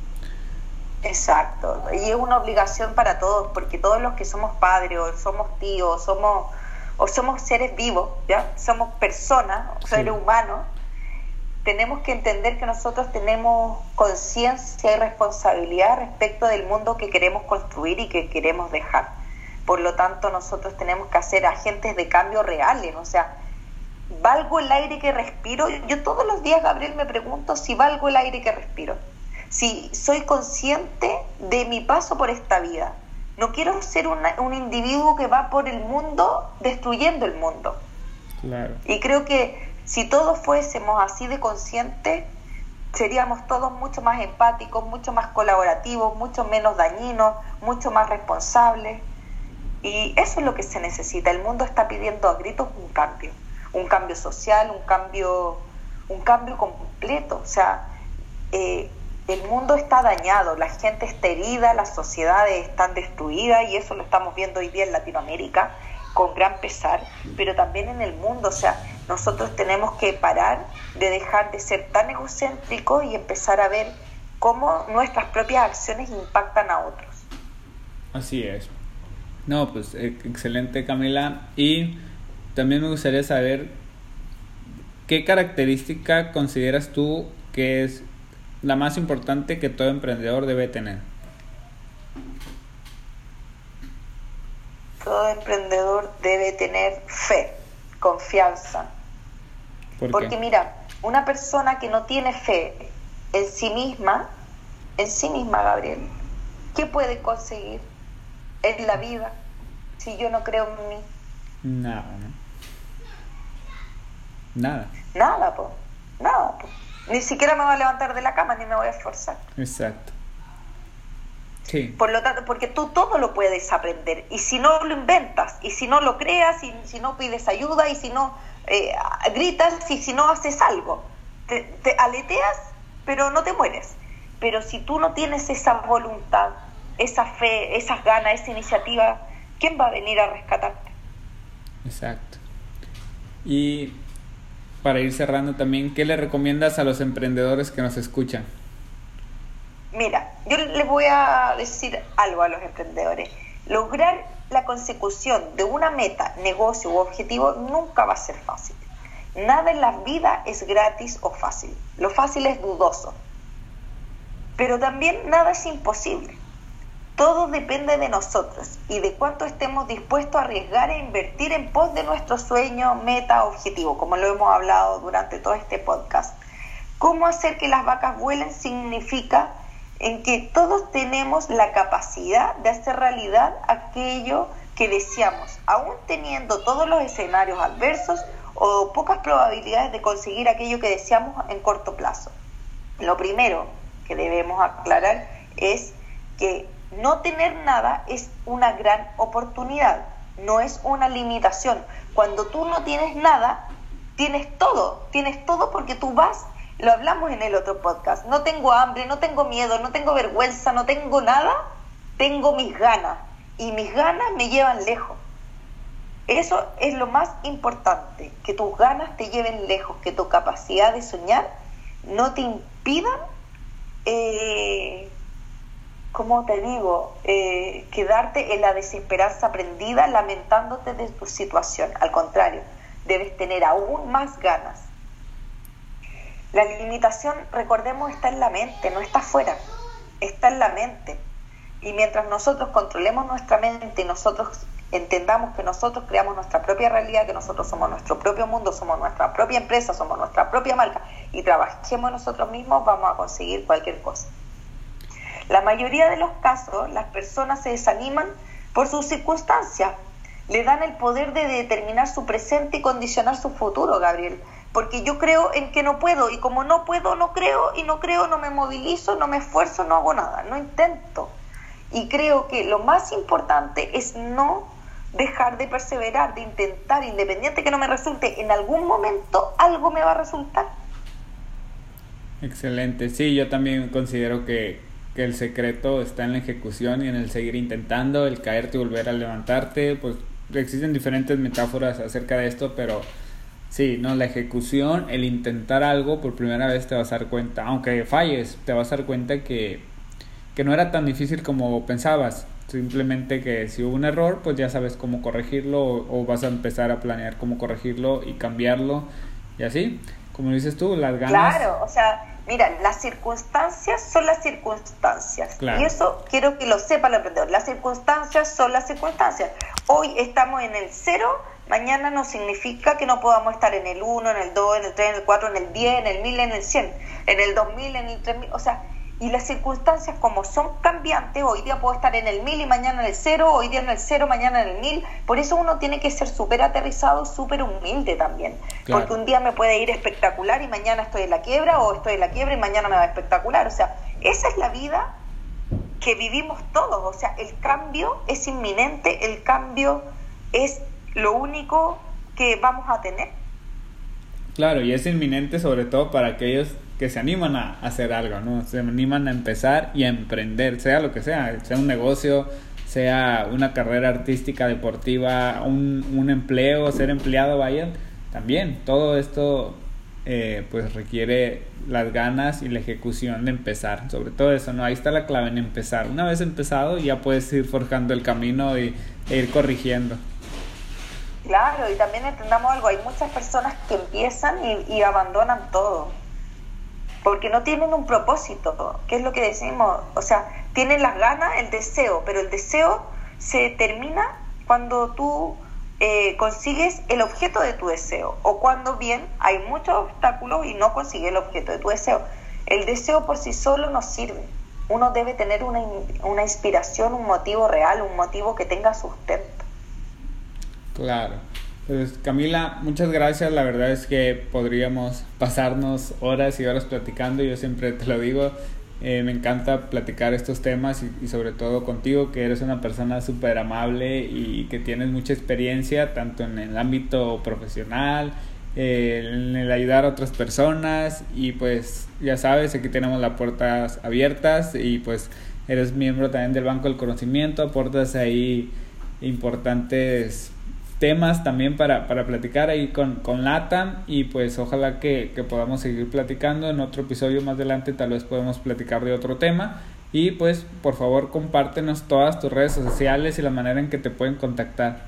Exacto, y es una obligación para todos, porque todos los que somos padres, o somos tíos, somos, o somos seres vivos, ¿ya? Somos personas, sí. Seres humanos, tenemos que entender que nosotros tenemos conciencia y responsabilidad respecto del mundo que queremos construir y que queremos dejar. Por lo tanto, nosotros tenemos que ser agentes de cambio reales, o sea, ¿valgo el aire que respiro? Yo todos los días, Gabriel, me pregunto si valgo el aire que respiro, si soy consciente de mi paso por esta vida. No quiero ser una, un individuo que va por el mundo destruyendo el mundo. Claro. Y creo que si todos fuésemos así de conscientes, seríamos todos mucho más empáticos, mucho más colaborativos, mucho menos dañinos, mucho más responsables. Y eso es lo que se necesita. El mundo está pidiendo a gritos un cambio, un cambio social, un cambio, un cambio completo. O sea, eh, el mundo está dañado, la gente está herida, las sociedades están destruidas, y eso lo estamos viendo hoy día en Latinoamérica con gran pesar, pero también en el mundo. O sea, nosotros tenemos que parar de dejar de ser tan egocéntricos y empezar a ver cómo nuestras propias acciones impactan a otros. Así es. No, pues excelente, Camila. Y también me gustaría saber qué característica consideras tú que es la más importante que todo emprendedor debe tener. Todo emprendedor debe tener fe, confianza. ¿Por qué? Porque mira, una persona que no tiene fe en sí misma, en sí misma, Gabriel, ¿qué puede conseguir en la vida si yo no creo en mí? Nada, ¿no? Nada. Nada, po. Nada, po. Ni siquiera me voy a levantar de la cama ni me voy a esforzar. Exacto. Sí. Por lo tanto, porque tú todo lo puedes aprender, y si no lo inventas, y si no lo creas, y si no pides ayuda, y si no eh, gritas, y si no haces algo, te, te aleteas, pero no te mueres. Pero si tú no tienes esa voluntad, esa fe, esas ganas, esa iniciativa, ¿quién va a venir a rescatarte? Exacto. Y para ir cerrando también, ¿qué le recomiendas a los emprendedores que nos escuchan? Mira, yo les voy a decir algo a los emprendedores. Lograr la consecución de una meta, negocio u objetivo nunca va a ser fácil. Nada en la vida es gratis o fácil. Lo fácil es dudoso. Pero también nada es imposible. Todo depende de nosotros y de cuánto estemos dispuestos a arriesgar e invertir en pos de nuestro sueño, meta, objetivo, como lo hemos hablado durante todo este podcast. Cómo hacer que las vacas vuelen significa en que todos tenemos la capacidad de hacer realidad aquello que deseamos, aún teniendo todos los escenarios adversos o pocas probabilidades de conseguir aquello que deseamos en corto plazo. Lo primero que debemos aclarar es que no tener nada es una gran oportunidad, no es una limitación. Cuando tú no tienes nada, tienes todo, tienes todo porque tú vas. Lo hablamos en el otro podcast. No tengo hambre, no tengo miedo, no tengo vergüenza, no tengo nada. Tengo mis ganas. Y mis ganas me llevan lejos. Eso es lo más importante. Que tus ganas te lleven lejos. Que tu capacidad de soñar no te impidan, eh, ¿cómo te digo? Eh, quedarte en la desesperanza prendida lamentándote de tu situación. Al contrario, debes tener aún más ganas. La limitación, recordemos, está en la mente, no está afuera, está en la mente. Y mientras nosotros controlemos nuestra mente y nosotros entendamos que nosotros creamos nuestra propia realidad, que nosotros somos nuestro propio mundo, somos nuestra propia empresa, somos nuestra propia marca y trabajemos nosotros mismos, vamos a conseguir cualquier cosa. La mayoría de los casos, las personas se desaniman por sus circunstancias, le dan el poder de determinar su presente y condicionar su futuro, Gabriel, porque yo creo en que no puedo, y como no puedo, no creo, y no creo, no me movilizo, no me esfuerzo, no hago nada, no intento. Y creo que lo más importante es no dejar de perseverar, de intentar, independiente que no me resulte, en algún momento algo me va a resultar. Excelente, sí, yo también considero que, que el secreto está en la ejecución y en el seguir intentando, el caerte y volver a levantarte. Pues existen diferentes metáforas acerca de esto, pero sí, no, la ejecución, el intentar algo por primera vez te vas a dar cuenta, aunque falles, te vas a dar cuenta que, que no era tan difícil como pensabas. Simplemente que si hubo un error, pues ya sabes cómo corregirlo, o, o vas a empezar a planear cómo corregirlo y cambiarlo, y así, como dices tú, las ganas. Claro, o sea, mira, las circunstancias son las circunstancias. Claro. Y eso quiero que lo sepa el emprendedor. Las circunstancias son las circunstancias. Hoy estamos en el cero, mañana no significa que no podamos estar en el uno, en el dos, en el tres, en el cuatro, en el diez, en el mil, en el cien, en el dos mil, en el tres mil, o sea, y las circunstancias como son cambiantes, hoy día puedo estar en el mil y mañana en el cero, hoy día en el cero, mañana en el mil, por eso uno tiene que ser súper aterrizado, súper humilde también, claro. Porque un día me puede ir espectacular y mañana estoy en la quiebra, o estoy en la quiebra y mañana me va espectacular, o sea, esa es la vida que vivimos todos, o sea, el cambio es inminente, el cambio es lo único que vamos a tener. Claro, y es inminente sobre todo para aquellos que se animan a hacer algo, ¿no? Se animan a empezar y a emprender, sea lo que sea, sea un negocio, sea una carrera artística, deportiva, un, un empleo, ser empleado, vaya, también todo esto eh, pues requiere las ganas y la ejecución de empezar, sobre todo eso, ¿no? Ahí está la clave, en empezar. Una vez empezado ya puedes ir forjando el camino y, e ir corrigiendo. Claro, y también entendamos algo, hay muchas personas que empiezan y, y abandonan todo, porque no tienen un propósito, ¿qué es lo que decimos? O sea, tienen las ganas, el deseo, pero el deseo se termina cuando tú eh, consigues el objeto de tu deseo, o cuando bien hay muchos obstáculos y no consigues el objeto de tu deseo. El deseo por sí solo no sirve, uno debe tener una, una inspiración, un motivo real, un motivo que tenga sustento. Claro. Pues Camila, muchas gracias, la verdad es que podríamos pasarnos horas y horas platicando, yo siempre te lo digo, eh, me encanta platicar estos temas y, y sobre todo contigo, que eres una persona súper amable y que tienes mucha experiencia tanto en el ámbito profesional, eh, en el ayudar a otras personas, y pues ya sabes, aquí tenemos las puertas abiertas y pues eres miembro también del Banco del Conocimiento, aportas ahí importantes temas también para, para platicar ahí con, con LATAM, y pues ojalá que, que podamos seguir platicando en otro episodio más adelante, tal vez podemos platicar de otro tema, y pues por favor compártenos todas tus redes sociales y la manera en que te pueden contactar.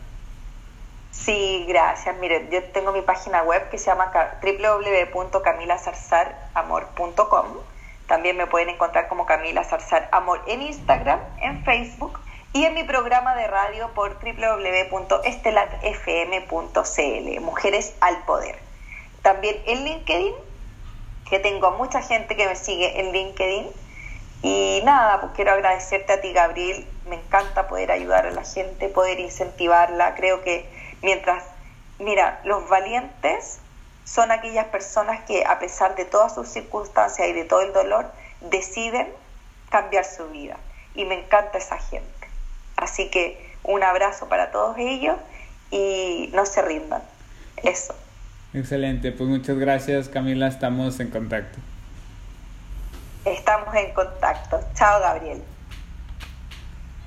Sí, gracias. Mire, yo tengo mi página web que se llama doble u doble u doble u punto camila zarzar amor punto com, también me pueden encontrar como Camila Zarzar Amor en Instagram, en Facebook, y en mi programa de radio por doble u doble u doble u punto estelat f m punto c l, Mujeres al Poder. También en LinkedIn, que tengo mucha gente que me sigue en LinkedIn. Y nada, pues quiero agradecerte a ti, Gabriel. Me encanta poder ayudar a la gente, poder incentivarla. Creo que mientras, mira, los valientes son aquellas personas que a pesar de todas sus circunstancias y de todo el dolor, deciden cambiar su vida. Y me encanta esa gente. Así que un abrazo para todos ellos y no se rindan. Eso. Excelente, pues muchas gracias, Camila, estamos en contacto. Estamos en contacto. Chao, Gabriel.